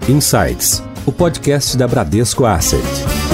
Insights, o podcast da Bradesco Asset.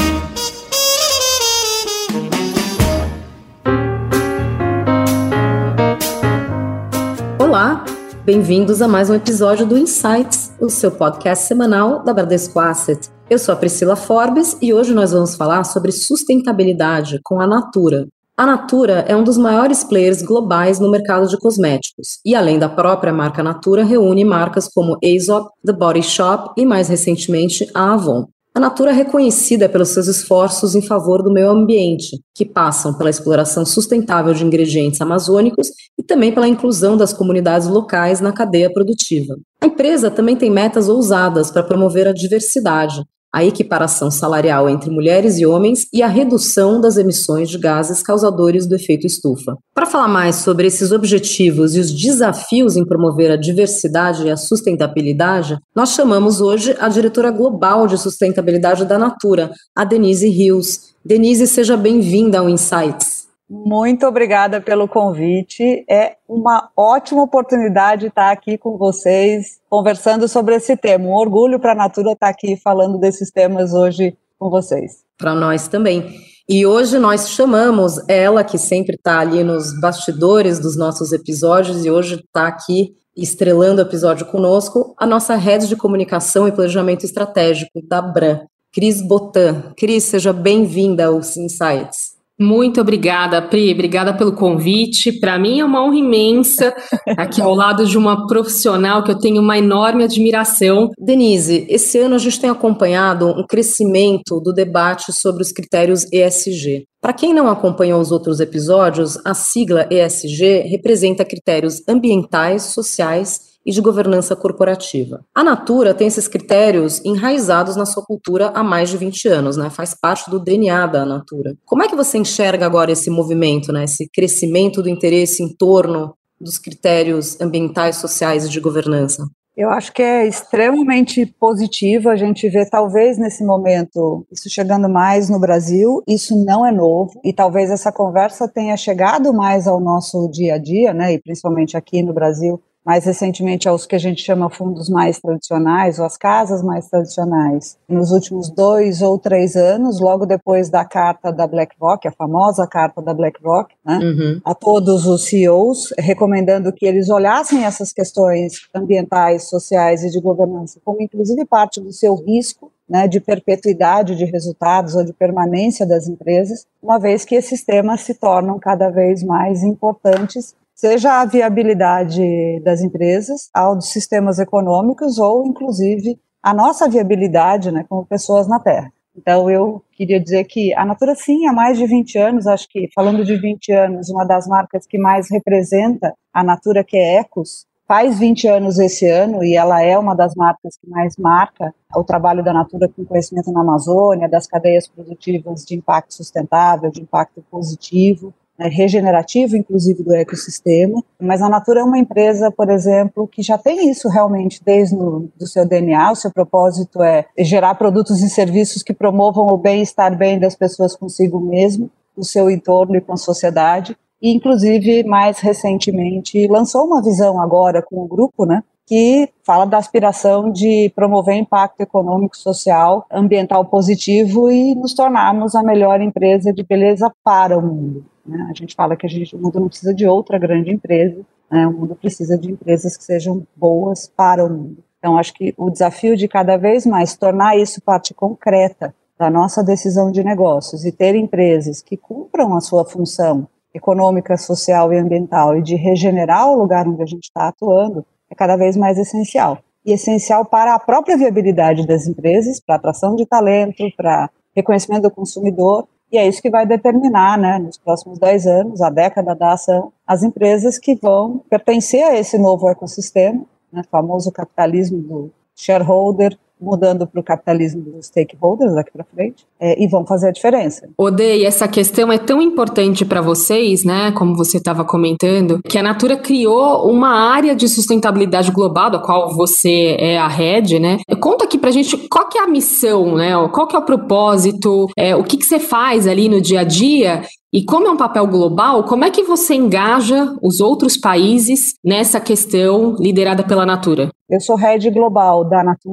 Olá, bem-vindos a mais um episódio do Insights, o seu podcast semanal da Bradesco Asset. Eu sou a Priscila Forbes e hoje nós vamos falar sobre sustentabilidade com a Natura. A Natura é um dos maiores players globais no mercado de cosméticos e, além da própria marca Natura, reúne marcas como Aesop, The Body Shop e, mais recentemente, a Avon. A Natura é reconhecida pelos seus esforços em favor do meio ambiente, que passam pela exploração sustentável de ingredientes amazônicos e também pela inclusão das comunidades locais na cadeia produtiva. A empresa também tem metas ousadas para promover a diversidade, a equiparação salarial entre mulheres e homens e a redução das emissões de gases causadores do efeito estufa. Para falar mais sobre esses objetivos e os desafios em promover a diversidade e a sustentabilidade, nós chamamos hoje a diretora global de sustentabilidade da Natura, a Denise Rios. Denise, seja bem-vinda ao Insights. Muito obrigada pelo convite. É uma ótima oportunidade estar aqui com vocês, conversando sobre esse tema. Um orgulho para a Natura estar aqui falando desses temas hoje com vocês. Para nós também. E hoje nós chamamos ela, que sempre está ali nos bastidores dos nossos episódios, e hoje está aqui estrelando o episódio conosco, a nossa Head de Comunicação e Planejamento Estratégico da Bran, Cris Botan. Cris, seja bem-vinda aos Insights. Muito obrigada, Pri, obrigada pelo convite. Para mim é uma honra imensa aqui ao lado de uma profissional que eu tenho uma enorme admiração. Denise, esse ano a gente tem acompanhado um crescimento do debate sobre os critérios ESG. Para quem não acompanhou os outros episódios, a sigla ESG representa critérios ambientais, sociais e de governança corporativa. A Natura tem esses critérios enraizados na sua cultura há mais de 20 anos, né? Faz parte do DNA da Natura. Como é que você enxerga agora esse movimento, né? Esse crescimento do interesse em torno dos critérios ambientais, sociais e de governança? Eu acho que é extremamente positivo a gente ver, talvez nesse momento, isso chegando mais no Brasil. Isso não é novo e talvez essa conversa tenha chegado mais ao nosso dia a dia, né? E principalmente aqui no Brasil, mais recentemente aos que a gente chama fundos mais tradicionais ou as casas mais tradicionais. Nos últimos 2 ou 3 anos, logo depois da carta da BlackRock, a famosa carta da BlackRock, né, a todos os CEOs, recomendando que eles olhassem essas questões ambientais, sociais e de governança como inclusive parte do seu risco, né, de perpetuidade de resultados ou de permanência das empresas, uma vez que esses temas se tornam cada vez mais importantes, seja a viabilidade das empresas, ao dos sistemas econômicos ou, inclusive, a nossa viabilidade, né, como pessoas na Terra. Então, eu queria dizer que a Natura, sim, há mais de 20 anos, acho que, falando de 20 anos, uma das marcas que mais representa a Natura, que é Ecos, faz 20 anos esse ano e ela é uma das marcas que mais marca o trabalho da Natura com conhecimento na Amazônia, das cadeias produtivas de impacto sustentável, de impacto positivo, regenerativo, inclusive, do ecossistema, mas a Natura é uma empresa, por exemplo, que já tem isso realmente desde o seu DNA. O seu propósito é gerar produtos e serviços que promovam o bem-estar das pessoas consigo mesmo, o seu entorno e com a sociedade, e, inclusive, mais recentemente, lançou uma visão agora com o grupo, né, que fala da aspiração de promover impacto econômico, social, ambiental positivo e nos tornarmos a melhor empresa de beleza para o mundo. A gente fala que o mundo não precisa de outra grande empresa, né? O mundo precisa de empresas que sejam boas para o mundo. Então, acho que o desafio de cada vez mais tornar isso parte concreta da nossa decisão de negócios e ter empresas que cumpram a sua função econômica, social e ambiental e de regenerar o lugar onde a gente está atuando é cada vez mais essencial. E essencial para a própria viabilidade das empresas, para a atração de talento, para reconhecimento do consumidor. E é isso que vai determinar, né, nos próximos 10 anos, a década da ação, as empresas que vão pertencer a esse novo ecossistema, né, famoso capitalismo do shareholder, mudando para o capitalismo dos stakeholders daqui para frente, e vão fazer a diferença. Odei, essa questão é tão importante para vocês, né, como você estava comentando, que a Natura criou uma área de sustentabilidade global, da qual você é a head, né? Conta aqui pra gente qual que é a missão, né, qual que é o propósito, o que você faz ali no dia a dia. E como é um papel global, como é que você engaja os outros países nessa questão liderada pela Natura? Eu sou head global da Natura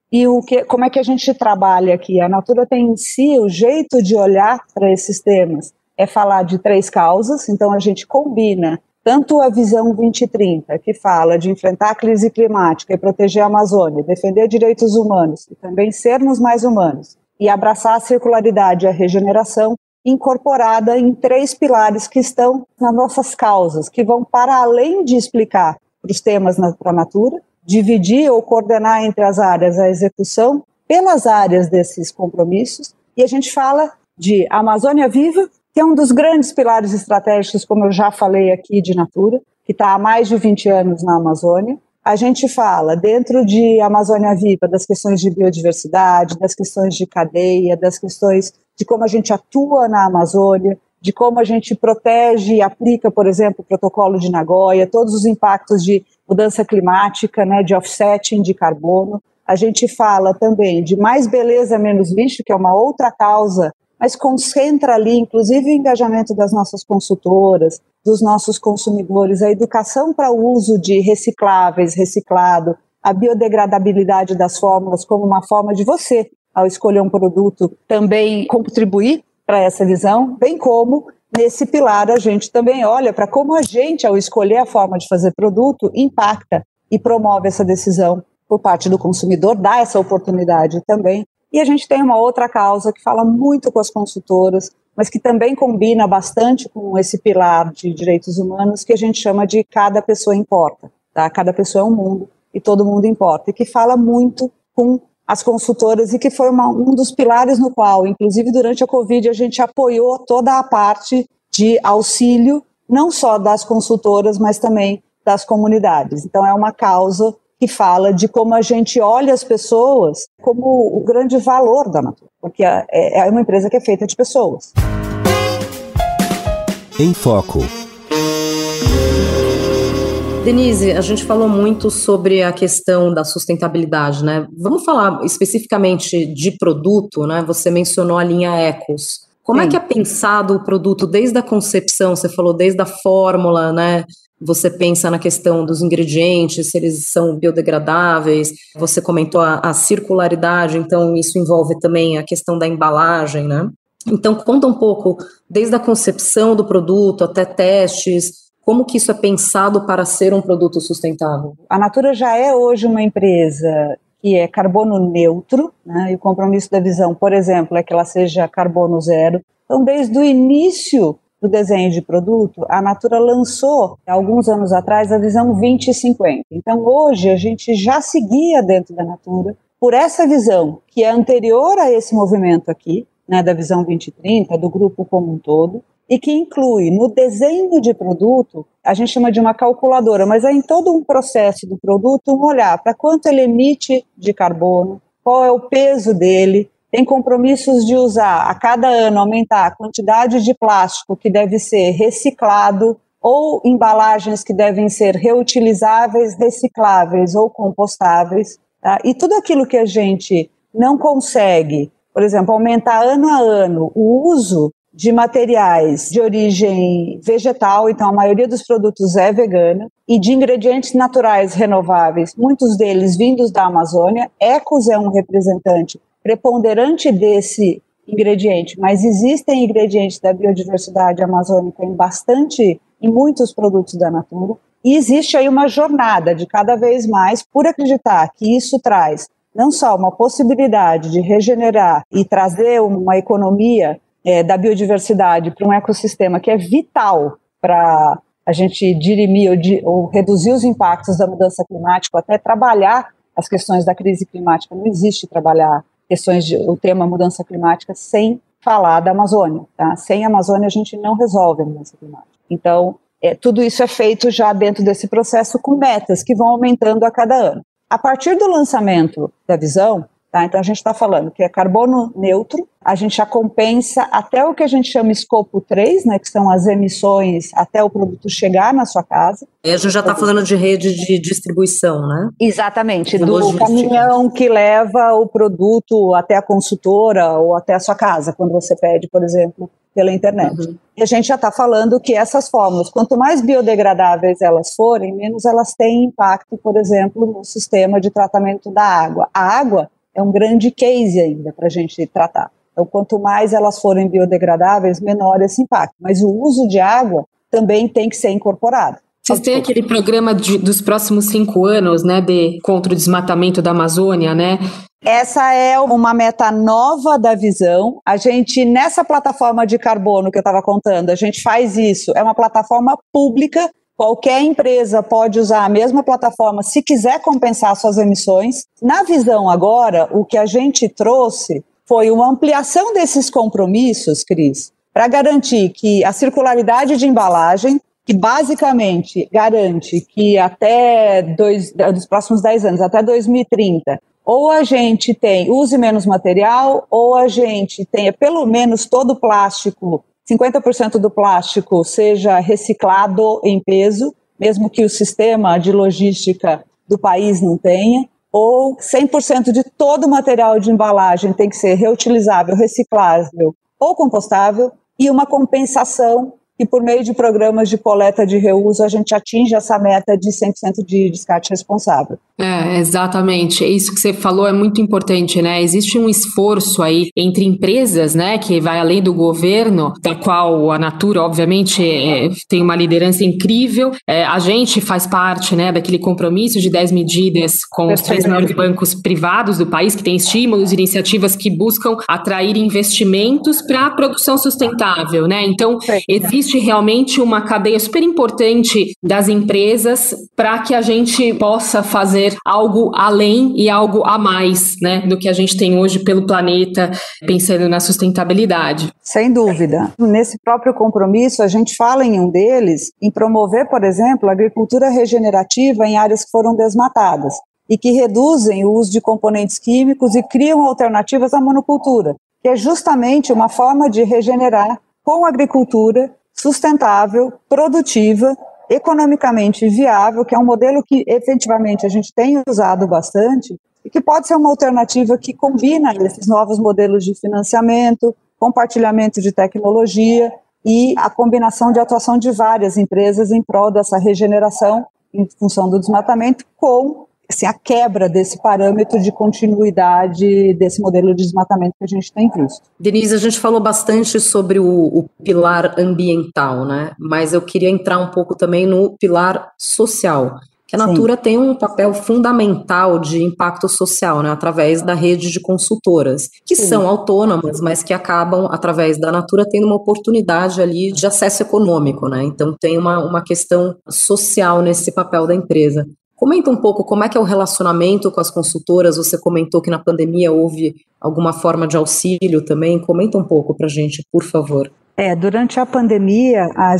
E como é que a gente trabalha aqui? A Natura tem em si o jeito de olhar para esses temas. É falar de 3 causas, então a gente combina tanto a visão 2030, que fala de enfrentar a crise climática e proteger a Amazônia, defender direitos humanos e também sermos mais humanos, e abraçar a circularidade e a regeneração, incorporada em 3 pilares que estão nas nossas causas, que vão para além de explicar para os temas para a Natura, dividir ou coordenar entre as áreas a execução pelas áreas desses compromissos, e a gente fala de Amazônia Viva, que é um dos grandes pilares estratégicos, como eu já falei aqui, de Natura, que está há mais de 20 anos na Amazônia. A gente fala, dentro de Amazônia Viva, das questões de biodiversidade, das questões de cadeia, das questões de como a gente atua na Amazônia, de como a gente protege e aplica, por exemplo, o protocolo de Nagoya, todos os impactos de mudança climática, né, de offsetting de carbono. A gente fala também de mais beleza, menos lixo, que é uma outra causa, mas concentra ali, inclusive, o engajamento das nossas consultoras, dos nossos consumidores, a educação para o uso de recicláveis, reciclado, a biodegradabilidade das fórmulas como uma forma de você, ao escolher um produto, também contribuir para essa visão, bem como nesse pilar a gente também olha para como a gente, ao escolher a forma de fazer produto, impacta e promove essa decisão por parte do consumidor, dá essa oportunidade também. E a gente tem uma outra causa que fala muito com as consultoras, mas que também combina bastante com esse pilar de direitos humanos, que a gente chama de cada pessoa importa. Tá? Cada pessoa é um mundo e todo mundo importa, e que fala muito com as consultoras e que foi um dos pilares no qual, inclusive durante a Covid, a gente apoiou toda a parte de auxílio, não só das consultoras, mas também das comunidades. Então é uma causa que fala de como a gente olha as pessoas como o grande valor da Natura, porque é uma empresa que é feita de pessoas. Em Foco. Denise, a gente falou muito sobre a questão da sustentabilidade, né? Vamos falar especificamente de produto, né? Você mencionou a linha Ecos. Como é que é pensado o produto desde a concepção? Você falou desde a fórmula, né? Você pensa na questão dos ingredientes, se eles são biodegradáveis. Você comentou a circularidade, então isso envolve também a questão da embalagem, né? Então conta um pouco, desde a concepção do produto até testes, como que isso é pensado para ser um produto sustentável? A Natura já é hoje uma empresa que é carbono neutro, né? E o compromisso da visão, por exemplo, é que ela seja carbono zero. Então, desde o início do desenho de produto, a Natura lançou, alguns anos atrás, a visão 2050. Então, hoje, a gente já seguia dentro da Natura por essa visão, que é anterior a esse movimento aqui, né, da visão 2030, do grupo como um todo, e que inclui no desenho de produto, a gente chama de uma calculadora, mas é em todo um processo do produto um olhar para quanto ele emite de carbono, qual é o peso dele, tem compromissos de usar a cada ano, aumentar a quantidade de plástico que deve ser reciclado ou embalagens que devem ser reutilizáveis, recicláveis ou compostáveis, tá? E tudo aquilo que a gente não consegue, por exemplo, aumentar ano a ano o uso de materiais de origem vegetal, então a maioria dos produtos é vegana, e de ingredientes naturais renováveis, muitos deles vindos da Amazônia. Ecos é um representante preponderante desse ingrediente, mas existem ingredientes da biodiversidade amazônica em muitos produtos da Natura, e existe aí uma jornada de cada vez mais, por acreditar que isso traz não só uma possibilidade de regenerar e trazer uma economia da biodiversidade para um ecossistema que é vital para a gente dirimir ou reduzir os impactos da mudança climática, até trabalhar as questões da crise climática. Não existe trabalhar o tema mudança climática sem falar da Amazônia. Tá? Sem a Amazônia a gente não resolve a mudança climática. Então, tudo isso é feito já dentro desse processo com metas que vão aumentando a cada ano. A partir do lançamento da visão, tá? Então a gente está falando que é carbono neutro, a gente já compensa até o que a gente chama escopo 3, né, que são as emissões até o produto chegar na sua casa. E a gente já está falando de rede de distribuição, né? Exatamente, do caminhão que leva o produto até a consultora ou até a sua casa, quando você pede, por exemplo, pela internet. Uhum. E a gente já está falando que essas fórmulas, quanto mais biodegradáveis elas forem, menos elas têm impacto, por exemplo, no sistema de tratamento da água. A água é um grande case ainda para a gente tratar. Então, quanto mais elas forem biodegradáveis, menor esse impacto. Mas o uso de água também tem que ser incorporado. Vocês têm aquele programa dos próximos 5 anos, né, contra o desmatamento da Amazônia, né? Essa é uma meta nova da Visão. A gente, nessa plataforma de carbono que eu estava contando, a gente faz isso. É uma plataforma pública. Qualquer empresa pode usar a mesma plataforma se quiser compensar suas emissões. Na Visão agora, o que a gente trouxe foi uma ampliação desses compromissos, Cris, para garantir que a circularidade de embalagem, que basicamente garante que dos próximos 10 anos, até 2030, ou a gente use menos material, ou a gente tenha pelo menos todo o plástico, 50% do plástico seja reciclado em peso, mesmo que o sistema de logística do país não tenha, ou 100% de todo o material de embalagem tem que ser reutilizável, reciclável ou compostável, e uma compensação que por meio de programas de coleta de reuso a gente atinge essa meta de 100% de descarte responsável. Exatamente. Isso que você falou é muito importante, né? Existe um esforço aí entre empresas, né, que vai além do governo, da qual a Natura, obviamente, tem uma liderança incrível. A gente faz parte, né, daquele compromisso de 10 medidas com os 3 maiores bancos privados do país, que tem estímulos, iniciativas que buscam atrair investimentos para a produção sustentável, né? Então, existe realmente uma cadeia super importante das empresas para que a gente possa fazer algo além e algo a mais, né, do que a gente tem hoje pelo planeta, pensando na sustentabilidade. Sem dúvida. Nesse próprio compromisso, a gente fala em um deles, em promover, por exemplo, a agricultura regenerativa em áreas que foram desmatadas e que reduzem o uso de componentes químicos e criam alternativas à monocultura, que é justamente uma forma de regenerar com agricultura sustentável, produtiva, economicamente viável, que é um modelo que efetivamente a gente tem usado bastante e que pode ser uma alternativa que combina esses novos modelos de financiamento, compartilhamento de tecnologia e a combinação de atuação de várias empresas em prol dessa regeneração em função do desmatamento com assim, a quebra desse parâmetro de continuidade desse modelo de desmatamento que a gente tem visto. Denise, a gente falou bastante sobre o pilar ambiental, né? Mas eu queria entrar um pouco também no pilar social, que a Natura tem um papel fundamental de impacto social, né? Através da rede de consultoras, que são autônomas, mas que acabam, através da Natura, tendo uma oportunidade ali de acesso econômico, né? Então tem uma questão social nesse papel da empresa. Comenta um pouco como é que é o relacionamento com as consultoras. Você comentou que na pandemia houve alguma forma de auxílio também. Comenta um pouco para a gente, por favor. Durante a pandemia, a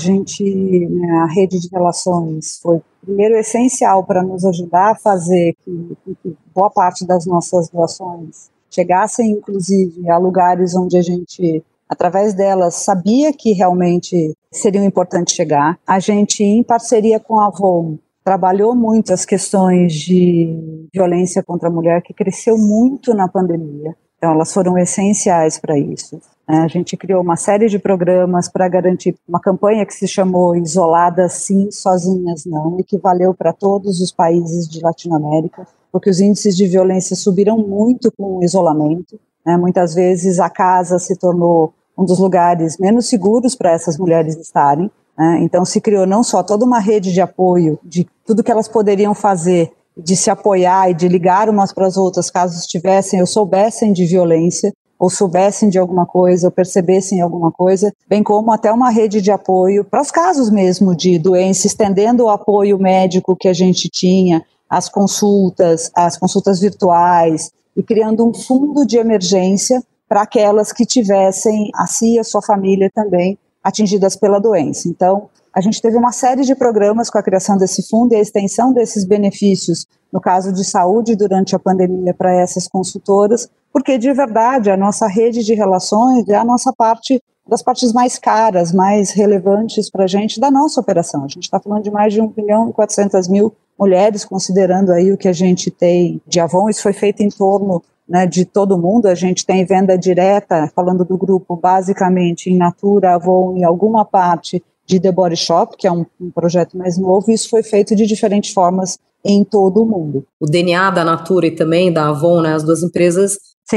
rede de relações foi primeiro essencial para nos ajudar a fazer que boa parte das nossas doações chegassem, inclusive, a lugares onde a gente, através delas, sabia que realmente seriam importantes chegar. A gente, em parceria com a Avon, trabalhou muito as questões de violência contra a mulher, que cresceu muito na pandemia. Então, elas foram essenciais para isso. A gente criou uma série de programas para garantir uma campanha que se chamou Isoladas Sim, Sozinhas Não, e que valeu para todos os países de Latinoamérica, porque os índices de violência subiram muito com o isolamento. Muitas vezes a casa se tornou um dos lugares menos seguros para essas mulheres estarem. Então se criou não só toda uma rede de apoio de tudo que elas poderiam fazer, de se apoiar e de ligar umas para as outras caso estivessem ou soubessem de violência, ou soubessem de alguma coisa, ou percebessem alguma coisa, bem como até uma rede de apoio para os casos mesmo de doença, estendendo o apoio médico que a gente tinha, as consultas virtuais, e criando um fundo de emergência para aquelas que tivessem a si e a sua família também atingidas pela doença. Então, a gente teve uma série de programas com a criação desse fundo e a extensão desses benefícios, no caso de saúde, durante a pandemia, para essas consultoras, porque, de verdade, a nossa rede de relações é a nossa parte, das partes mais caras, mais relevantes para a gente da nossa operação. A gente está falando de mais de 1.400.000 mulheres, considerando aí o que a gente tem de Avon. Isso foi feito em torno de todo mundo. A gente tem venda direta, falando do grupo, basicamente em Natura, Avon e alguma parte de The Body Shop, que é um projeto mais novo, e isso foi feito de diferentes formas em todo o mundo. O DNA da Natura e também da Avon, né, as duas empresas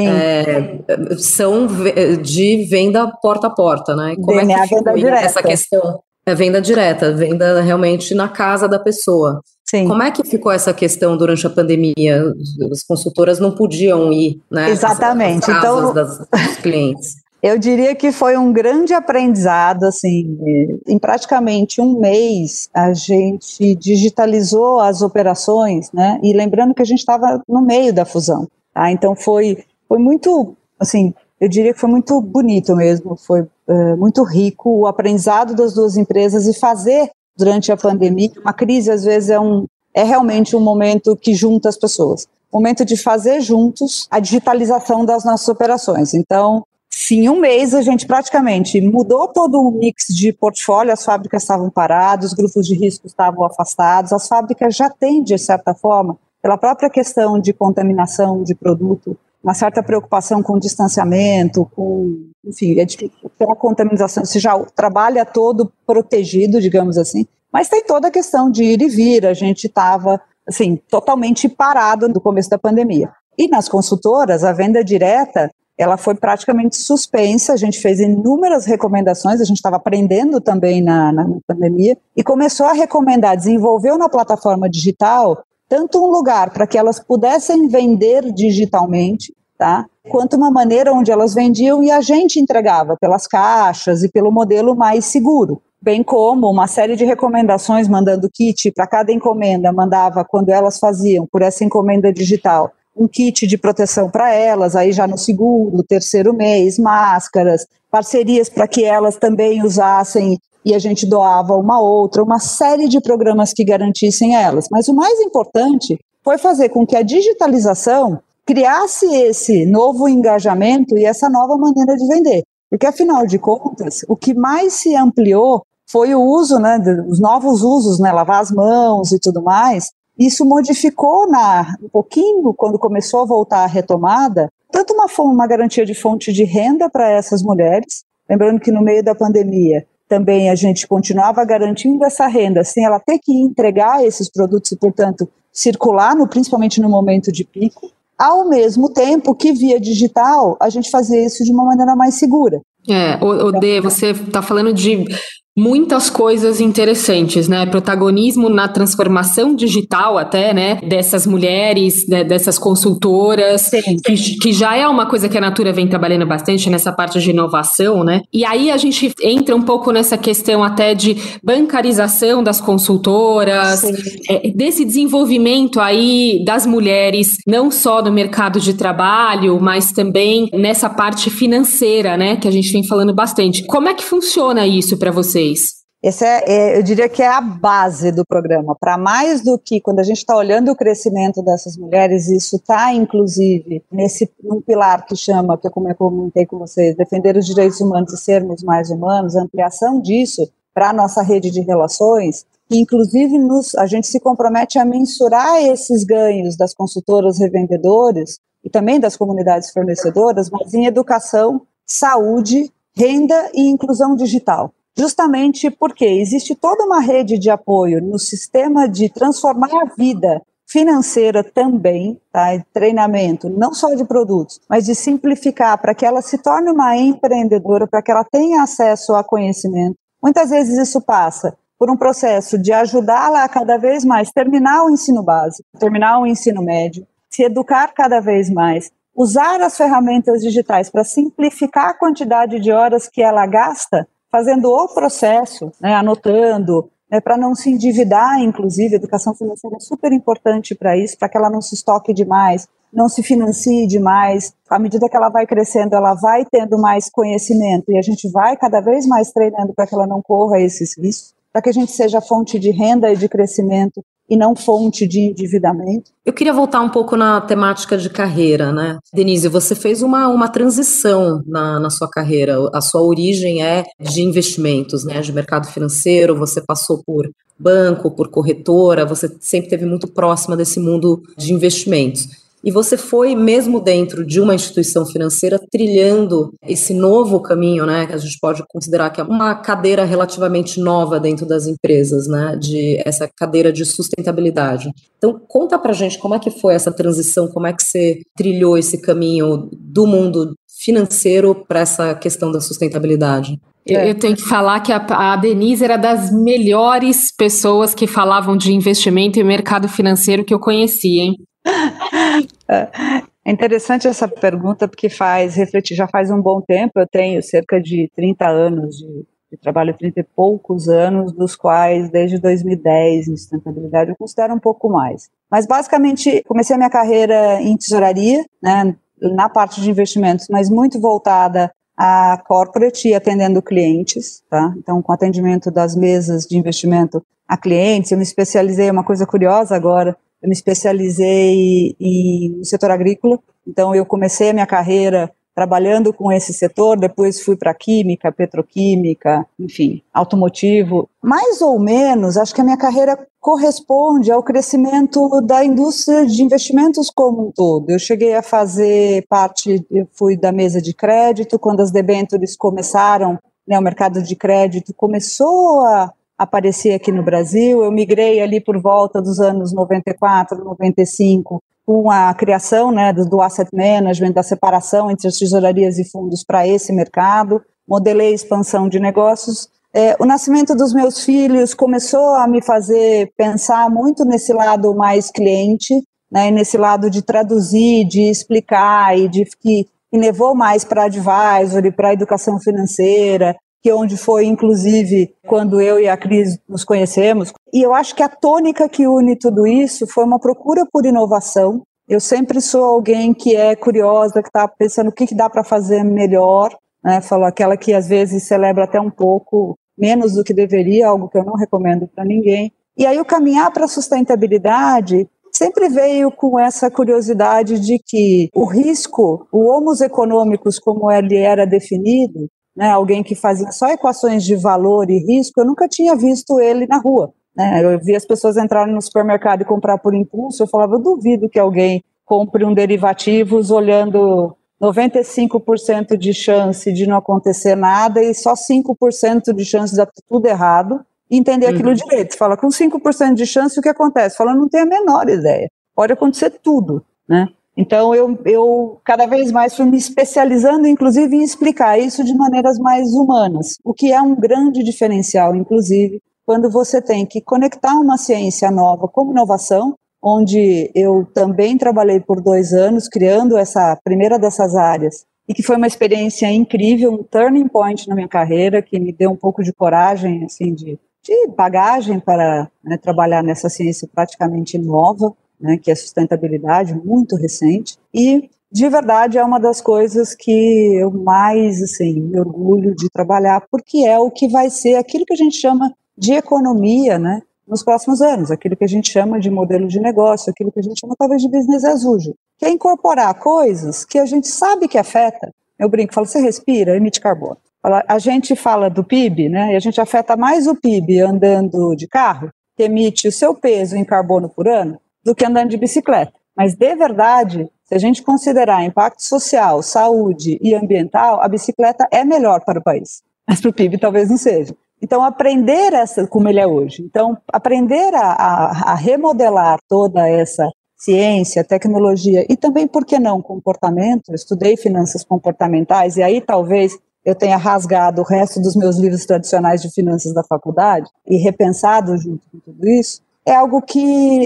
são de venda porta a porta, né? Como DNA, é que ficou essa questão? É venda direta, venda realmente na casa da pessoa. Sim. Como é que ficou essa questão durante a pandemia? As consultoras não podiam ir, né? Exatamente. Às casas dos clientes. Eu diria que foi um grande aprendizado, assim, em praticamente um mês a gente digitalizou as operações, né, e lembrando que a gente estava no meio da fusão, tá? Então foi muito, assim, eu diria que foi muito bonito mesmo, foi muito rico o aprendizado das duas empresas e fazer durante a pandemia, uma crise às vezes é realmente um momento que junta as pessoas, momento de fazer juntos a digitalização das nossas operações. Então, sim, em um mês a gente praticamente mudou todo o mix de portfólio, as fábricas estavam paradas, os grupos de risco estavam afastados, as fábricas já têm, de certa forma, pela própria questão de contaminação de produto, uma certa preocupação com distanciamento, enfim, pela contaminação, você já trabalha todo protegido, digamos assim, mas tem toda a questão de ir e vir, a gente estava, assim, totalmente parado no começo da pandemia. E nas consultoras, a venda direta, ela foi praticamente suspensa, a gente fez inúmeras recomendações, a gente estava aprendendo também na pandemia, e começou a recomendar, desenvolveu na plataforma digital, tanto um lugar para que elas pudessem vender digitalmente, tá? Quanto uma maneira onde elas vendiam e a gente entregava pelas caixas e pelo modelo mais seguro, bem como uma série de recomendações mandando kit para cada encomenda, mandava quando elas faziam por essa encomenda digital, um kit de proteção para elas, aí já no segundo, terceiro mês, máscaras, parcerias para que elas também usassem e a gente doava uma série de programas que garantissem elas. Mas o mais importante foi fazer com que a digitalização criasse esse novo engajamento e essa nova maneira de vender. Porque, afinal de contas, o que mais se ampliou foi o uso, né, os novos usos, né, lavar as mãos e tudo mais. Isso modificou um pouquinho, quando começou a voltar a retomada, tanto uma garantia de fonte de renda para essas mulheres, lembrando que no meio da pandemia também a gente continuava garantindo essa renda, sem ela ter que entregar esses produtos e, portanto, circular, principalmente no momento de pico, ao mesmo tempo que via digital a gente fazia isso de uma maneira mais segura. Dê, você está falando de muitas coisas interessantes, né? Protagonismo na transformação digital até, né? Dessas mulheres, né? Dessas consultoras, que já é uma coisa que a Natura vem trabalhando bastante nessa parte de inovação, né? E aí a gente entra um pouco nessa questão até de bancarização das consultoras, desse desenvolvimento aí das mulheres, não só no mercado de trabalho, mas também nessa parte financeira, né? Que a gente vem falando bastante. Como é que funciona isso para vocês? Esse eu diria que é a base do programa. Para mais do que, quando a gente está olhando o crescimento dessas mulheres, isso está, inclusive, num pilar que chama, que como eu comentei com vocês, defender os direitos humanos e sermos mais humanos, a ampliação disso para a nossa rede de relações, que inclusive a gente se compromete a mensurar esses ganhos das consultoras revendedoras e também das comunidades fornecedoras, mas em educação, saúde, renda e inclusão digital. Justamente porque existe toda uma rede de apoio no sistema de transformar a vida financeira também, tá? Treinamento, não só de produtos, mas de simplificar para que ela se torne uma empreendedora, para que ela tenha acesso a conhecimento. Muitas vezes isso passa por um processo de ajudá-la a cada vez mais terminar o ensino básico, terminar o ensino médio, se educar cada vez mais, usar as ferramentas digitais para simplificar a quantidade de horas que ela gasta fazendo o processo, né, anotando, né, para não se endividar, inclusive, a educação financeira é super importante para isso, para que ela não se estoque demais, não se financie demais. À medida que ela vai crescendo, ela vai tendo mais conhecimento e a gente vai cada vez mais treinando para que ela não corra esses riscos, para que a gente seja fonte de renda e de crescimento e não fonte de endividamento. Eu queria voltar um pouco na temática de carreira, né? Denise, você fez uma transição na sua carreira. A sua origem é de investimentos, né? De mercado financeiro, você passou por banco, por corretora, você sempre esteve muito próxima desse mundo de investimentos. E você foi, mesmo dentro de uma instituição financeira, trilhando esse novo caminho, né, que a gente pode considerar que é uma cadeira relativamente nova dentro das empresas, né, essa cadeira de sustentabilidade. Então, conta pra gente como é que foi essa transição, como é que você trilhou esse caminho do mundo financeiro para essa questão da sustentabilidade. Eu tenho que falar que a Denise era das melhores pessoas que falavam de investimento e mercado financeiro que eu conheci, hein? É interessante essa pergunta porque faz refletir, já faz um bom tempo, eu tenho cerca de 30 anos de trabalho, 30 e poucos anos, dos quais desde 2010 em sustentabilidade eu considero um pouco mais. Mas basicamente comecei a minha carreira em tesouraria, né, na parte de investimentos, mas muito voltada a corporate e atendendo clientes, tá? Então com atendimento das mesas de investimento a clientes, eu me especializei, uma coisa curiosa agora, eu me especializei no setor agrícola, então eu comecei a minha carreira trabalhando com esse setor, depois fui para química, petroquímica, enfim, automotivo. Mais ou menos, acho que a minha carreira corresponde ao crescimento da indústria de investimentos como um todo. Eu cheguei a fazer parte, eu fui da mesa de crédito, quando as debêntures começaram, né, o mercado de crédito começou a aparecer aqui no Brasil, eu migrei ali por volta dos anos 94, 95, com a criação, né, do asset management, da separação entre as tesourarias e fundos para esse mercado, modelei a expansão de negócios. O nascimento dos meus filhos começou a me fazer pensar muito nesse lado mais cliente, né, nesse lado de traduzir, de explicar, e que levou mais para advisory, para educação financeira, que onde foi, inclusive, quando eu e a Cris nos conhecemos. E eu acho que a tônica que une tudo isso foi uma procura por inovação. Eu sempre sou alguém que é curiosa, que está pensando o que dá para fazer melhor, né? Falo aquela que às vezes celebra até um pouco menos do que deveria, algo que eu não recomendo para ninguém. E aí o caminhar para a sustentabilidade sempre veio com essa curiosidade de que o risco, o homos econômicos como ele era definido, né, alguém que fazia só equações de valor e risco, eu nunca tinha visto ele na rua, né? Eu via as pessoas entrarem no supermercado e comprar por impulso, eu falava, eu duvido que alguém compre um derivativos olhando 95% de chance de não acontecer nada e só 5% de chance de dar tudo errado e entender aquilo direito. Você fala, com 5% de chance o que acontece? Fala, não tenho a menor ideia, pode acontecer tudo, né? Então, eu cada vez mais fui me especializando, inclusive, em explicar isso de maneiras mais humanas, o que é um grande diferencial, inclusive, quando você tem que conectar uma ciência nova como inovação, onde eu também trabalhei por 2 anos, criando essa primeira dessas áreas, e que foi uma experiência incrível, um turning point na minha carreira, que me deu um pouco de coragem, assim, de bagagem para, né, trabalhar nessa ciência praticamente nova, né, que é sustentabilidade, muito recente, e de verdade é uma das coisas que eu mais assim, me orgulho de trabalhar, porque é o que vai ser aquilo que a gente chama de economia, né, nos próximos anos, aquilo que a gente chama de modelo de negócio, aquilo que a gente chama talvez de business as usual, que é incorporar coisas que a gente sabe que afeta. Eu brinco, falo, você respira, emite carbono. A gente fala do PIB, né, e a gente afeta mais o PIB andando de carro, que emite o seu peso em carbono por ano, do que andando de bicicleta. Mas, de verdade, se a gente considerar impacto social, saúde e ambiental, a bicicleta é melhor para o país. Mas para o PIB talvez não seja. Então, aprender como ele é hoje. Então, aprender a remodelar toda essa ciência, tecnologia e também, por que não, comportamento. Eu estudei finanças comportamentais e aí talvez eu tenha rasgado o resto dos meus livros tradicionais de finanças da faculdade e repensado junto com tudo isso. É algo que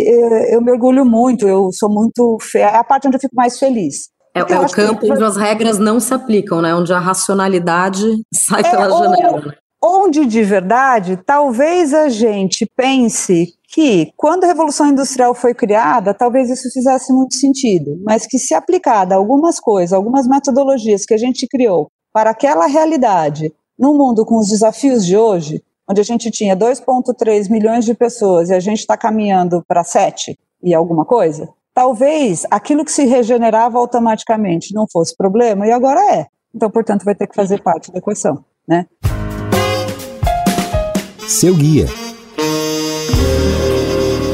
eu me orgulho muito, eu sou muito... É a parte onde eu fico mais feliz. É o campo onde as regras não se aplicam, né? Onde a racionalidade sai pela janela. Né? Onde, de verdade, talvez a gente pense que, quando a Revolução Industrial foi criada, talvez isso fizesse muito sentido, mas que se aplicada a algumas coisas, algumas metodologias que a gente criou para aquela realidade, no mundo com os desafios de hoje, onde a gente tinha 2,3 milhões de pessoas e a gente está caminhando para 7 e alguma coisa, talvez aquilo que se regenerava automaticamente não fosse problema e agora é. Então, portanto, vai ter que fazer parte da equação, né? Seu guia.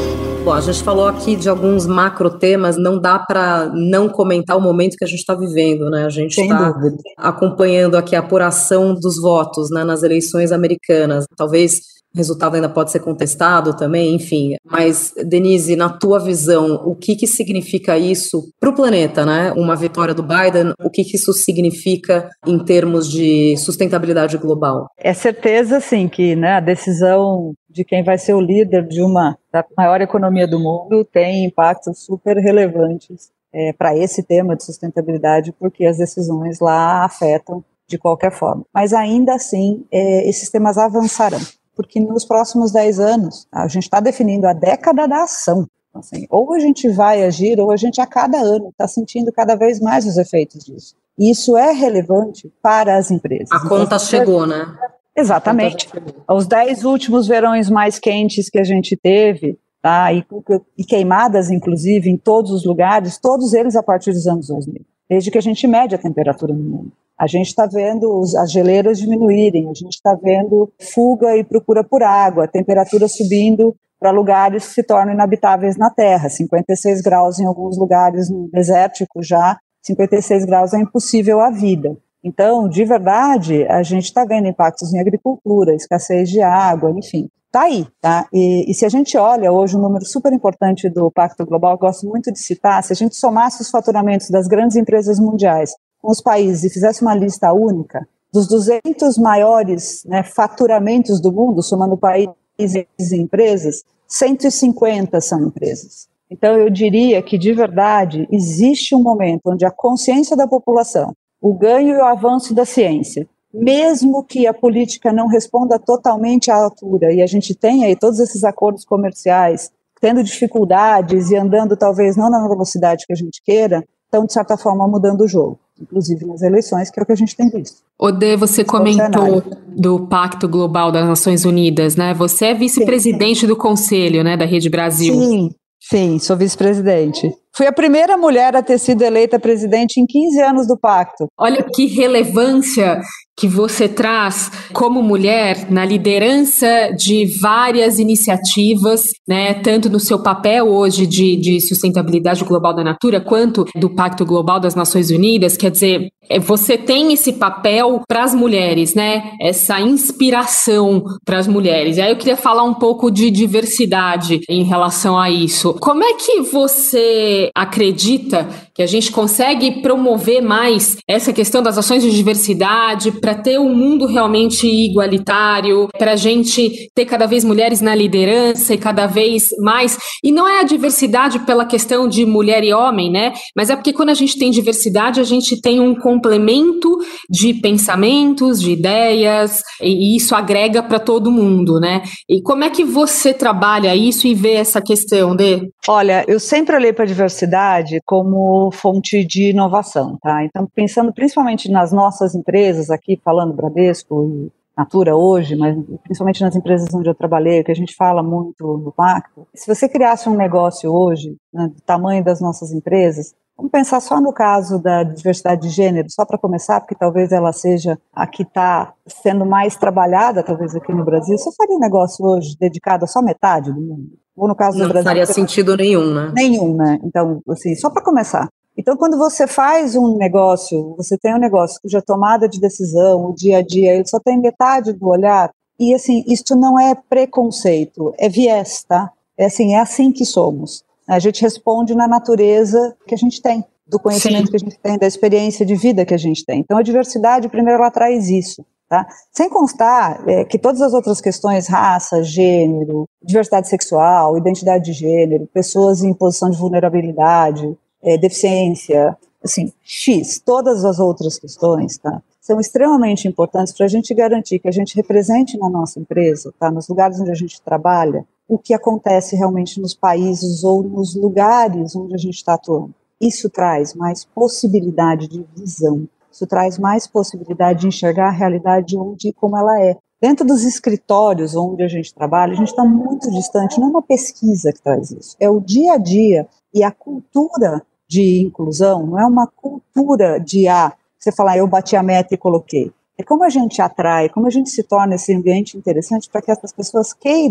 Bom, a gente falou aqui de alguns macro temas, não dá para não comentar o momento que a gente está vivendo, né? A gente está acompanhando aqui a apuração dos votos, né, nas eleições americanas. Talvez o resultado ainda pode ser contestado também, enfim. Mas, Denise, na tua visão, o que significa isso para o planeta, né? Uma vitória do Biden, o que isso significa em termos de sustentabilidade global? É certeza, sim, que, né, a decisão de quem vai ser o líder da maior economia do mundo tem impactos super relevantes para esse tema de sustentabilidade, porque as decisões lá afetam de qualquer forma. Mas ainda assim, esses temas avançarão, porque nos próximos 10 anos, a gente está definindo a década da ação. Então, assim, ou a gente vai agir, ou a gente a cada ano está sentindo cada vez mais os efeitos disso. E isso é relevante para as empresas. A conta chegou, né? Exatamente. Os 10 últimos verões mais quentes que a gente teve, tá, e queimadas, inclusive, em todos os lugares, todos eles a partir dos anos 2000, desde que a gente mede a temperatura no mundo. A gente está vendo as geleiras diminuírem, a gente está vendo fuga e procura por água, a temperatura subindo para lugares que se tornam inabitáveis na Terra, 56 graus em alguns lugares no desértico já, 56 graus é impossível a vida. Então, de verdade, a gente está vendo impactos em agricultura, escassez de água, enfim, está aí, tá? E se a gente olha hoje um número super importante do Pacto Global, eu gosto muito de citar, se a gente somasse os faturamentos das grandes empresas mundiais com os países e fizesse uma lista única, dos 200 maiores, né, faturamentos do mundo, somando países e empresas, 150 são empresas. Então, eu diria que, de verdade, existe um momento onde a consciência da população, o ganho e o avanço da ciência, mesmo que a política não responda totalmente à altura, e a gente tenha aí todos esses acordos comerciais, tendo dificuldades e andando talvez não na velocidade que a gente queira, estão, de certa forma, mudando o jogo, inclusive nas eleições, que é o que a gente tem visto. Odê, você comentou do Pacto Global das Nações Unidas, né? Você é vice-presidente do Conselho, né, da Rede Brasil. Sim, sou vice-presidente. Fui a primeira mulher a ter sido eleita presidente em 15 anos do pacto. Olha que relevância que você traz como mulher na liderança de várias iniciativas, né, tanto no seu papel hoje de sustentabilidade global da Natura, quanto do Pacto Global das Nações Unidas. Quer dizer, você tem esse papel para as mulheres, né, essa inspiração para as mulheres. E aí eu queria falar um pouco de diversidade em relação a isso. Como é que você acredita que a gente consegue promover mais essa questão das ações de diversidade para ter um mundo realmente igualitário, para a gente ter cada vez mulheres na liderança e cada vez mais? E não é a diversidade pela questão de mulher e homem, né? Mas é porque quando a gente tem diversidade, a gente tem um complemento de pensamentos, de ideias, e isso agrega para todo mundo, né? E como é que você trabalha isso e vê essa questão, Dê? Olha, eu sempre olhei para a diversidade como fonte de inovação, tá? Então, pensando principalmente nas nossas empresas aqui, falando Bradesco e Natura hoje, mas principalmente nas empresas onde eu trabalhei, que a gente fala muito no pacto, se você criasse um negócio hoje, né, do tamanho das nossas empresas, vamos pensar só no caso da diversidade de gênero, só para começar, porque talvez ela seja a que está sendo mais trabalhada, talvez aqui no Brasil. Você faria um negócio hoje dedicado a só metade do mundo? Ou no caso do Brasil, não faria sentido nenhum, né? Nenhum, né? Então, assim, só para começar. Então, quando você faz um negócio, você tem um negócio cuja tomada de decisão, o dia a dia, ele só tem metade do olhar, e assim, isso não é preconceito, é viés, tá? É assim que somos. A gente responde na natureza que a gente tem, do conhecimento que a gente tem, da experiência de vida que a gente tem. Então, a diversidade, primeiro, ela traz isso. Tá? Sem constar que todas as outras questões, raça, gênero, diversidade sexual, identidade de gênero, pessoas em posição de vulnerabilidade, deficiência, assim, todas as outras questões, tá, são extremamente importantes para a gente garantir que a gente represente na nossa empresa, tá, nos lugares onde a gente trabalha, o que acontece realmente nos países ou nos lugares onde a gente está atuando. Isso traz mais possibilidade de visão. Isso traz mais possibilidade de enxergar a realidade onde e como ela é. Dentro dos escritórios onde a gente trabalha, a gente está muito distante, não é uma pesquisa que traz isso, é o dia a dia e a cultura de inclusão, não é uma cultura de você falar, eu bati a meta e coloquei. É como a gente atrai, como a gente se torna esse ambiente interessante para que essas pessoas queiram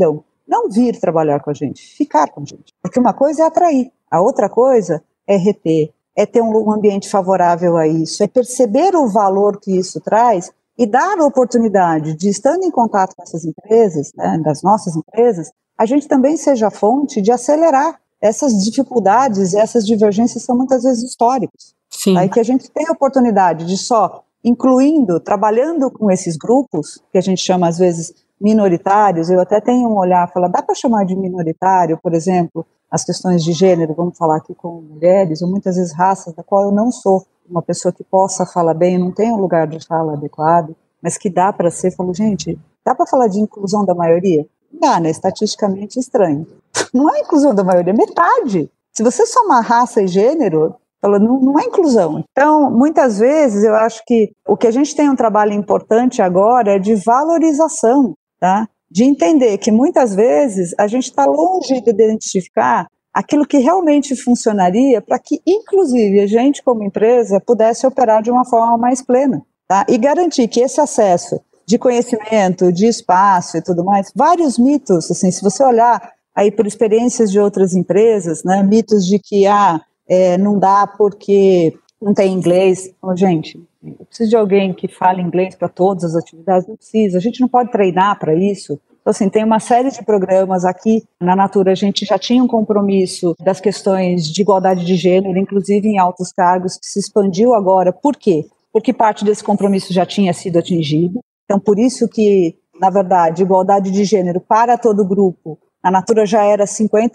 não vir trabalhar com a gente, ficar com a gente. Porque uma coisa é atrair, a outra coisa é reter, é ter um ambiente favorável a isso, é perceber o valor que isso traz e dar a oportunidade de, estando em contato com essas empresas, né, das nossas empresas, a gente também seja a fonte de acelerar essas dificuldades, essas divergências são muitas vezes históricas. Sim. Aí que a gente tem a oportunidade de só incluindo, trabalhando com esses grupos, que a gente chama às vezes minoritários, eu até tenho um olhar, falar, dá para chamar de minoritário, por exemplo, as questões de gênero, vamos falar aqui com mulheres, ou muitas vezes raças, da qual eu não sou uma pessoa que possa falar bem, não tenho um lugar de fala adequado, mas que dá para ser, falo, gente, dá para falar de inclusão da maioria? Dá, né, estatisticamente estranho. Não é inclusão da maioria, é metade. Se você somar raça e gênero, não é inclusão. Então, muitas vezes, eu acho que o que a gente tem um trabalho importante agora é de valorização, tá? De entender que muitas vezes a gente está longe de identificar aquilo que realmente funcionaria para que, inclusive, a gente, como empresa, pudesse operar de uma forma mais plena, tá? E garantir que esse acesso de conhecimento, de espaço e tudo mais, vários mitos, assim, se você olhar aí por experiências de outras empresas, né, mitos de que, não dá porque não tem inglês. Gente, eu preciso de alguém que fale inglês para todas as atividades, não precisa, a gente não pode treinar para isso. Então, assim, tem uma série de programas aqui na Natura, a gente já tinha um compromisso das questões de igualdade de gênero, inclusive em altos cargos, que se expandiu agora. Por quê? Porque parte desse compromisso já tinha sido atingido. Então, por isso que, na verdade, igualdade de gênero para todo o grupo, a Natura já era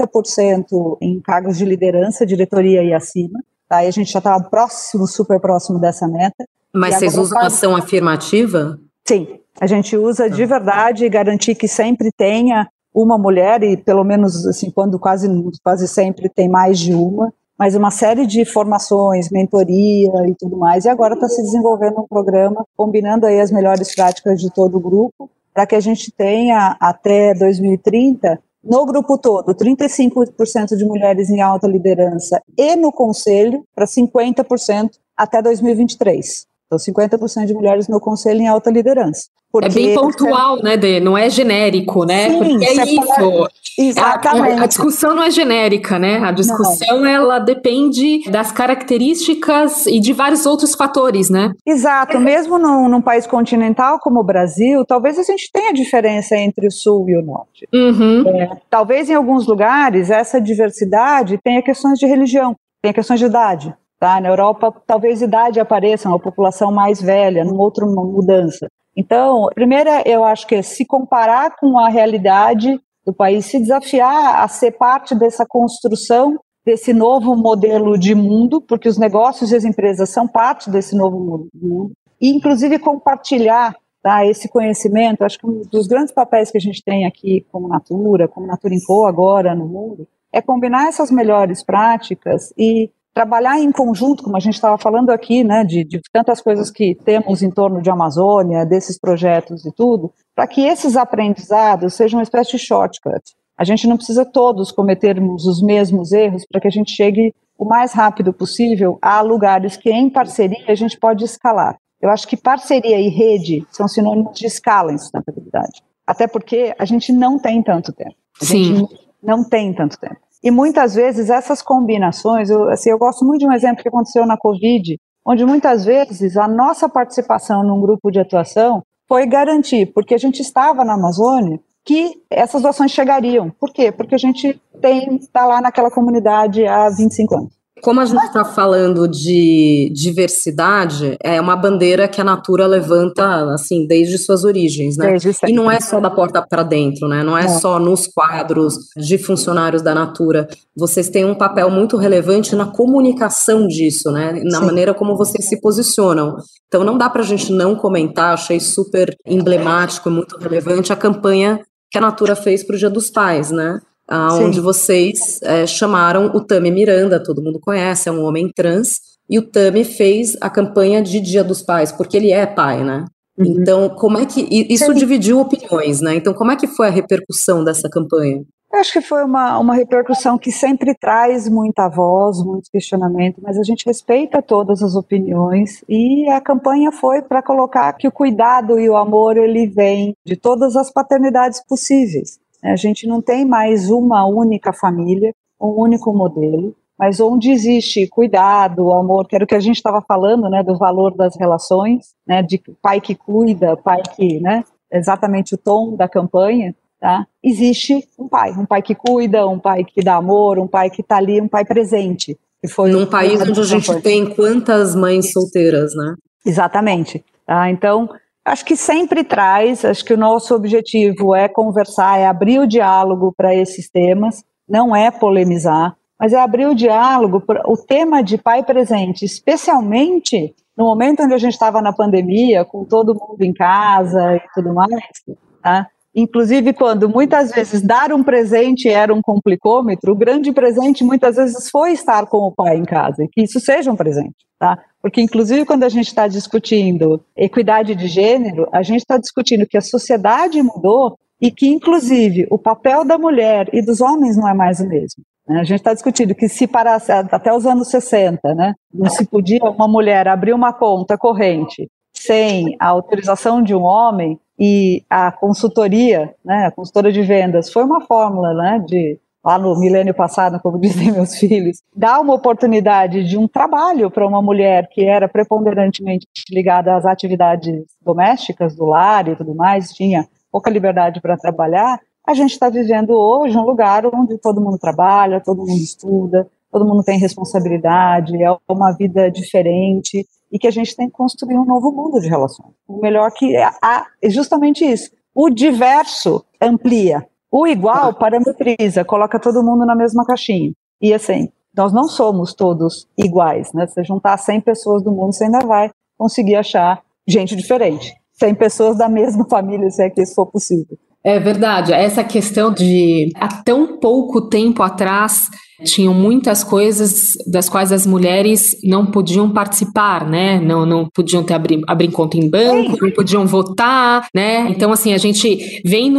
50% em cargos de liderança, diretoria e acima. Tá? E a gente já estava próximo, super próximo dessa meta. Mas vocês usam ação afirmativa? Sim, a gente usa de verdade, garantir que sempre tenha uma mulher, e pelo menos assim, quando quase sempre tem mais de mas uma série de formações, mentoria e tudo mais. E agora está se desenvolvendo um programa combinando aí as melhores práticas de todo o grupo, para que a gente tenha até 2030, no grupo todo, 35% de mulheres em alta liderança e no conselho, para 50% até 2023. Então, 50% de mulheres no conselho em alta liderança. Porque... É bem pontual, né, Dê? Não é genérico, né? Sim, porque é isso. Exatamente. A discussão não é genérica, né? A discussão, ela depende das características e de vários outros fatores, né? Exato. Mesmo num país continental como o Brasil, talvez a gente tenha diferença entre o Sul e o Norte. Uhum. Talvez em alguns lugares essa diversidade tenha questões de religião, tenha questões de idade. Tá? Na Europa, talvez idade apareça, uma população mais velha, numa outra mudança. Então, primeiro, eu acho que é se comparar com a realidade do país, se desafiar a ser parte dessa construção, desse novo modelo de mundo, porque os negócios e as empresas são parte desse novo mundo, e inclusive compartilhar, tá, esse conhecimento. Acho que um dos grandes papéis que a gente tem aqui como Natura Co agora no mundo, é combinar essas melhores práticas e trabalhar em conjunto, como a gente estava falando aqui, né, de tantas coisas que temos em torno de Amazônia, desses projetos e tudo, para que esses aprendizados sejam uma espécie de shortcut. A gente não precisa todos cometermos os mesmos erros para que a gente chegue o mais rápido possível a lugares que, em parceria, a gente pode escalar. Eu acho que parceria e rede são sinônimos de escala em sustentabilidade. Até porque a gente não tem tanto tempo. A gente não tem tanto tempo. E muitas vezes essas combinações, eu gosto muito de um exemplo que aconteceu na Covid, onde muitas vezes a nossa participação num grupo de atuação foi garantir, porque a gente estava na Amazônia, que essas doações chegariam. Por quê? Porque a gente está lá naquela comunidade há 25 anos. Como a gente está falando de diversidade, é uma bandeira que a Natura levanta, assim, desde suas origens, né? E não é só da porta para dentro, né? Não é só nos quadros de funcionários da Natura. Vocês têm um papel muito relevante na comunicação disso, né? Na maneira como vocês se posicionam. Então não dá para a gente não comentar, achei super emblemático, muito relevante a campanha que a Natura fez para o Dia dos Pais, né? Onde vocês chamaram o Tami Miranda, todo mundo conhece, é um homem trans, e o Tami fez a campanha de Dia dos Pais, porque ele é pai, né? Então, como é que... Isso dividiu opiniões, né? Então, como é que foi a repercussão dessa campanha? Eu acho que foi uma repercussão que sempre traz muita voz, muito questionamento, mas a gente respeita todas as opiniões, e a campanha foi para colocar que o cuidado e o amor, ele vem de todas as paternidades possíveis. A gente não tem mais uma única família, um único modelo, mas onde existe cuidado, amor, que era o que a gente estava falando, né, do valor das relações, né, de pai que cuida, pai que, né, exatamente o tom da campanha, tá? Existe um pai que cuida, um pai que dá amor, um pai que está ali, um pai presente. Que foi num país onde a gente tem quantas mães solteiras, né? Exatamente. Tá? Então, acho que sempre traz, acho que o nosso objetivo é conversar, é abrir o diálogo para esses temas, não é polemizar, mas é abrir o diálogo para o tema de pai presente, especialmente no momento onde a gente estava na pandemia, com todo mundo em casa e tudo mais, tá? Inclusive quando muitas vezes dar um presente era um complicômetro, o grande presente muitas vezes foi estar com o pai em casa, e que isso seja um presente, tá? Porque inclusive quando a gente está discutindo equidade de gênero, a gente está discutindo que a sociedade mudou e que inclusive o papel da mulher e dos homens não é mais o mesmo. A gente está discutindo que se parasse até os anos 60, né, não se podia uma mulher abrir uma conta corrente sem a autorização de um homem, e a consultoria, né, a consultora de vendas, foi uma fórmula, né, de, lá no milênio passado, como dizem meus filhos, dar uma oportunidade de um trabalho para uma mulher que era preponderantemente ligada às atividades domésticas, do lar e tudo mais, tinha pouca liberdade para trabalhar. A gente está vivendo hoje um lugar onde todo mundo trabalha, todo mundo estuda, todo mundo tem responsabilidade, é uma vida diferente, e que a gente tem que construir um novo mundo de relações. O melhor que é justamente isso. O diverso amplia, o igual parametriza, coloca todo mundo na mesma caixinha. E assim, nós não somos todos iguais, né? Se juntar 100 pessoas do mundo, você ainda vai conseguir achar gente diferente. 100 pessoas da mesma família, se é que isso for possível. É verdade, essa questão de há tão pouco tempo atrás tinham muitas coisas das quais as mulheres não podiam participar, né? Não podiam abrir conta em banco, não podiam votar, né? Então, assim, a gente vem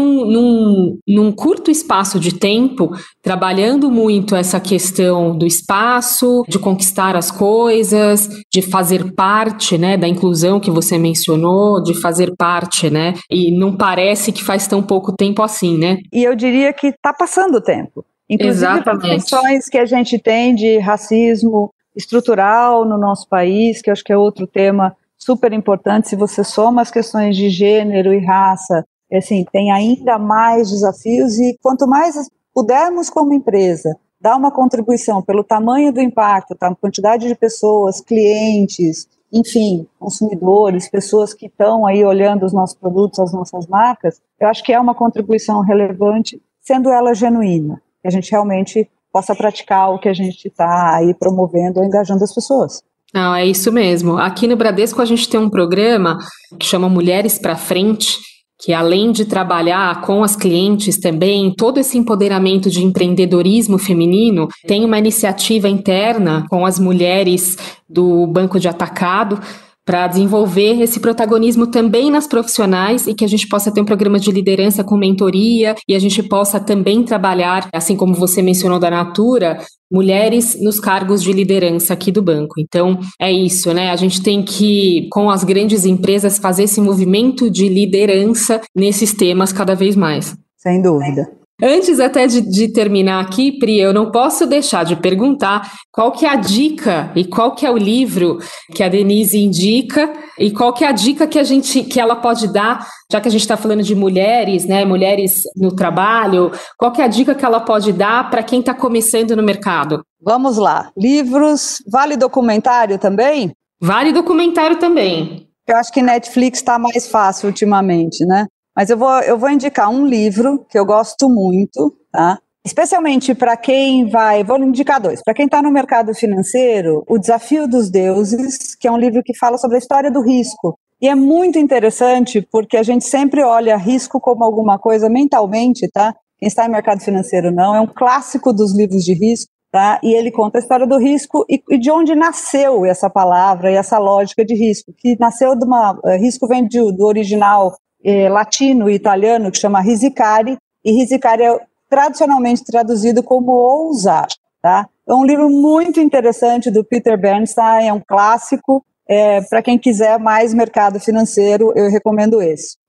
num curto espaço de tempo trabalhando muito essa questão do espaço, de conquistar as coisas, de fazer parte, né? Da inclusão que você mencionou, de fazer parte, né? E não parece que faz tão pouco tempo assim, né? E eu diria que está passando o tempo. Inclusive as questões que a gente tem de racismo estrutural no nosso país, que eu acho que é outro tema super importante, se você soma as questões de gênero e raça, assim, tem ainda mais desafios, e quanto mais pudermos como empresa dar uma contribuição pelo tamanho do impacto, tá? Quantidade de pessoas, clientes, enfim, consumidores, pessoas que estão aí olhando os nossos produtos, as nossas marcas, eu acho que é uma contribuição relevante, sendo ela genuína. Que a gente realmente possa praticar o que a gente está aí promovendo ou engajando as pessoas. Não, é isso mesmo. Aqui no Bradesco a gente tem um programa que chama Mulheres para Frente, que além de trabalhar com as clientes também, todo esse empoderamento de empreendedorismo feminino, tem uma iniciativa interna com as mulheres do Banco de Atacado, para desenvolver esse protagonismo também nas profissionais e que a gente possa ter um programa de liderança com mentoria e a gente possa também trabalhar, assim como você mencionou da Natura, mulheres nos cargos de liderança aqui do banco. Então, é isso, né? A gente tem que, com as grandes empresas, fazer esse movimento de liderança nesses temas cada vez mais. Sem dúvida. Antes até de terminar aqui, Pri, eu não posso deixar de perguntar qual que é a dica e qual que é o livro que a Denise indica e qual que é a dica que ela pode dar, já que a gente está falando de mulheres, né, mulheres no trabalho, qual que é a dica que ela pode dar para quem está começando no mercado? Vamos lá. Livros, vale documentário também? Vale documentário também. Eu acho que Netflix está mais fácil ultimamente, né? Mas eu vou indicar um livro que eu gosto muito, tá? Especialmente para quem vou indicar dois. Para quem está no mercado financeiro, O Desafio dos Deuses, que é um livro que fala sobre a história do risco. E é muito interessante porque a gente sempre olha risco como alguma coisa mentalmente, tá? Quem está em mercado financeiro não, é um clássico dos livros de risco, tá? E ele conta a história do risco e de onde nasceu essa palavra e essa lógica de risco, que nasceu risco vem do original latino e italiano, que chama risicare, e risicare é tradicionalmente traduzido como ousar, tá? É um livro muito interessante do Peter Bernstein, é um clássico, para quem quiser mais mercado financeiro, eu recomendo esse.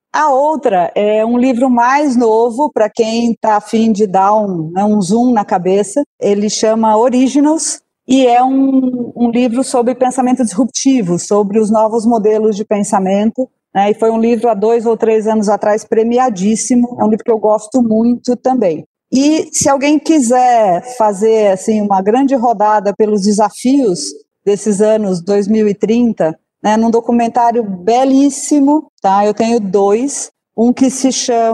A outra é um livro mais novo, para quem está a fim de dar um zoom na cabeça. Ele chama Originals e é um livro sobre pensamento disruptivo, sobre os novos modelos de pensamento. E foi um livro há 2 ou 3 anos atrás premiadíssimo. É um livro que eu gosto muito também. E se alguém quiser fazer assim, uma grande rodada pelos desafios desses anos 2030, num documentário belíssimo, tá? Eu tenho 2, um que se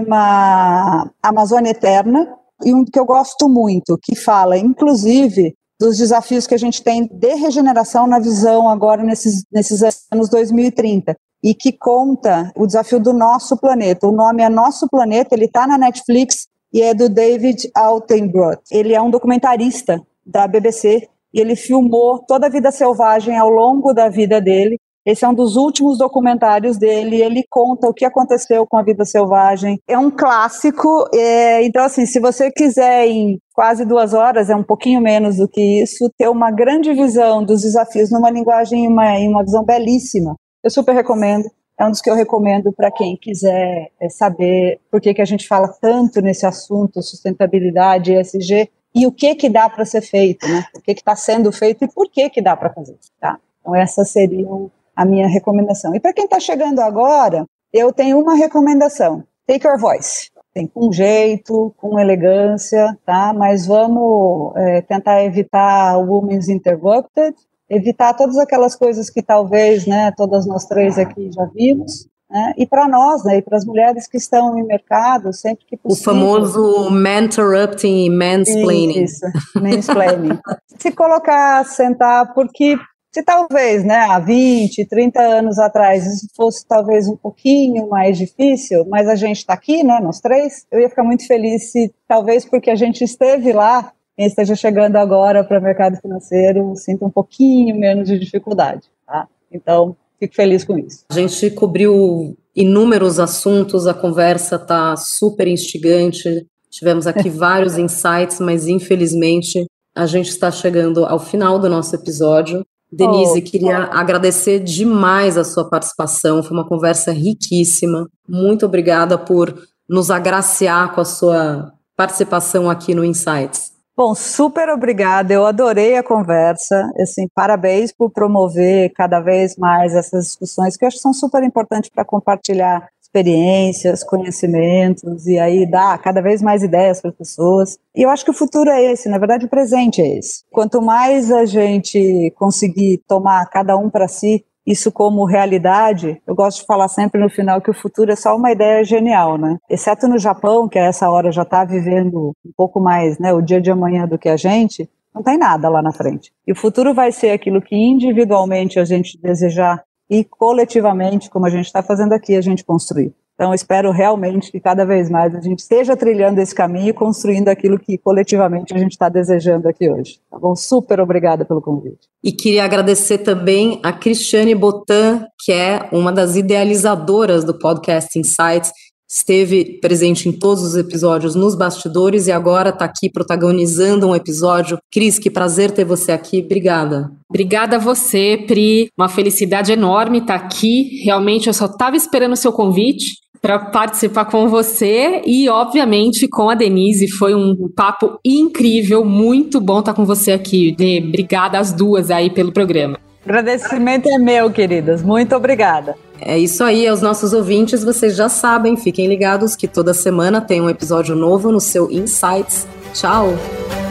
chama Amazônia Eterna e um que eu gosto muito, que fala, inclusive, dos desafios que a gente tem de regeneração na visão agora nesses anos 2030 e que conta o desafio do nosso planeta. O nome é Nosso Planeta, ele está na Netflix e é do David Attenborough. Ele é um documentarista da BBC e ele filmou toda a vida selvagem ao longo da vida dele. Esse é um dos últimos documentários dele, ele conta o que aconteceu com a vida selvagem. É um clássico, então assim, se você quiser em quase 2 horas, é um pouquinho menos do que isso, ter uma grande visão dos desafios numa linguagem e uma visão belíssima, eu super recomendo. É um dos que eu recomendo para quem quiser saber por que a gente fala tanto nesse assunto, sustentabilidade, ESG, e o que dá para ser feito, né? O que está sendo feito e por que dá para fazer, tá? Então essas seriam a minha recomendação. E para quem está chegando agora, eu tenho uma recomendação. Take your voice. Tem com jeito, com elegância, tá? Mas vamos tentar evitar o Women's Interrupted, evitar todas aquelas coisas que talvez, né, todas nós 3 aqui já vimos, né? E para nós, né, e para as mulheres que estão em mercado, sempre que possível. O famoso man-interrupting e mansplaining. Isso, mansplaining. Se colocar, sentar, porque se talvez, né, há 20, 30 anos atrás isso fosse talvez um pouquinho mais difícil, mas a gente está aqui, né, nós 3, eu ia ficar muito feliz se talvez porque a gente esteve lá, quem esteja chegando agora para o mercado financeiro sinta um pouquinho menos de dificuldade, tá? Então, fico feliz com isso. A gente cobriu inúmeros assuntos, a conversa está super instigante, tivemos aqui vários insights, mas infelizmente a gente está chegando ao final do nosso episódio. Denise, queria agradecer demais a sua participação, foi uma conversa riquíssima, muito obrigada por nos agraciar com a sua participação aqui no Insights. Bom, super obrigada, eu adorei a conversa, assim, parabéns por promover cada vez mais essas discussões, que eu acho que são super importantes para compartilhar experiências, conhecimentos, e aí dar cada vez mais ideias para as pessoas. E eu acho que o futuro é esse, na verdade o presente é esse. Quanto mais a gente conseguir tomar cada um para si, isso como realidade, eu gosto de falar sempre no final que o futuro é só uma ideia genial, né? Exceto no Japão, que a essa hora já está vivendo um pouco mais, né, o dia de amanhã do que a gente, não tem nada lá na frente. E o futuro vai ser aquilo que individualmente a gente desejar e coletivamente, como a gente está fazendo aqui, a gente construir. Então, eu espero realmente que cada vez mais a gente esteja trilhando esse caminho e construindo aquilo que coletivamente a gente está desejando aqui hoje. Tá bom? Super obrigada pelo convite. E queria agradecer também a Cristiane Botan, que é uma das idealizadoras do podcast Insights, esteve presente em todos os episódios nos bastidores e agora está aqui protagonizando um episódio. Cris, que prazer ter você aqui. Obrigada. Obrigada a você, Pri. Uma felicidade enorme estar aqui. Realmente eu só estava esperando o seu convite para participar com você e, obviamente, com a Denise. Foi um papo incrível, muito bom estar com você aqui. Obrigada às duas aí pelo programa. O agradecimento é meu, queridas. Muito obrigada. É isso aí, aos nossos ouvintes, vocês já sabem, fiquem ligados que toda semana tem um episódio novo no seu Insights. Tchau!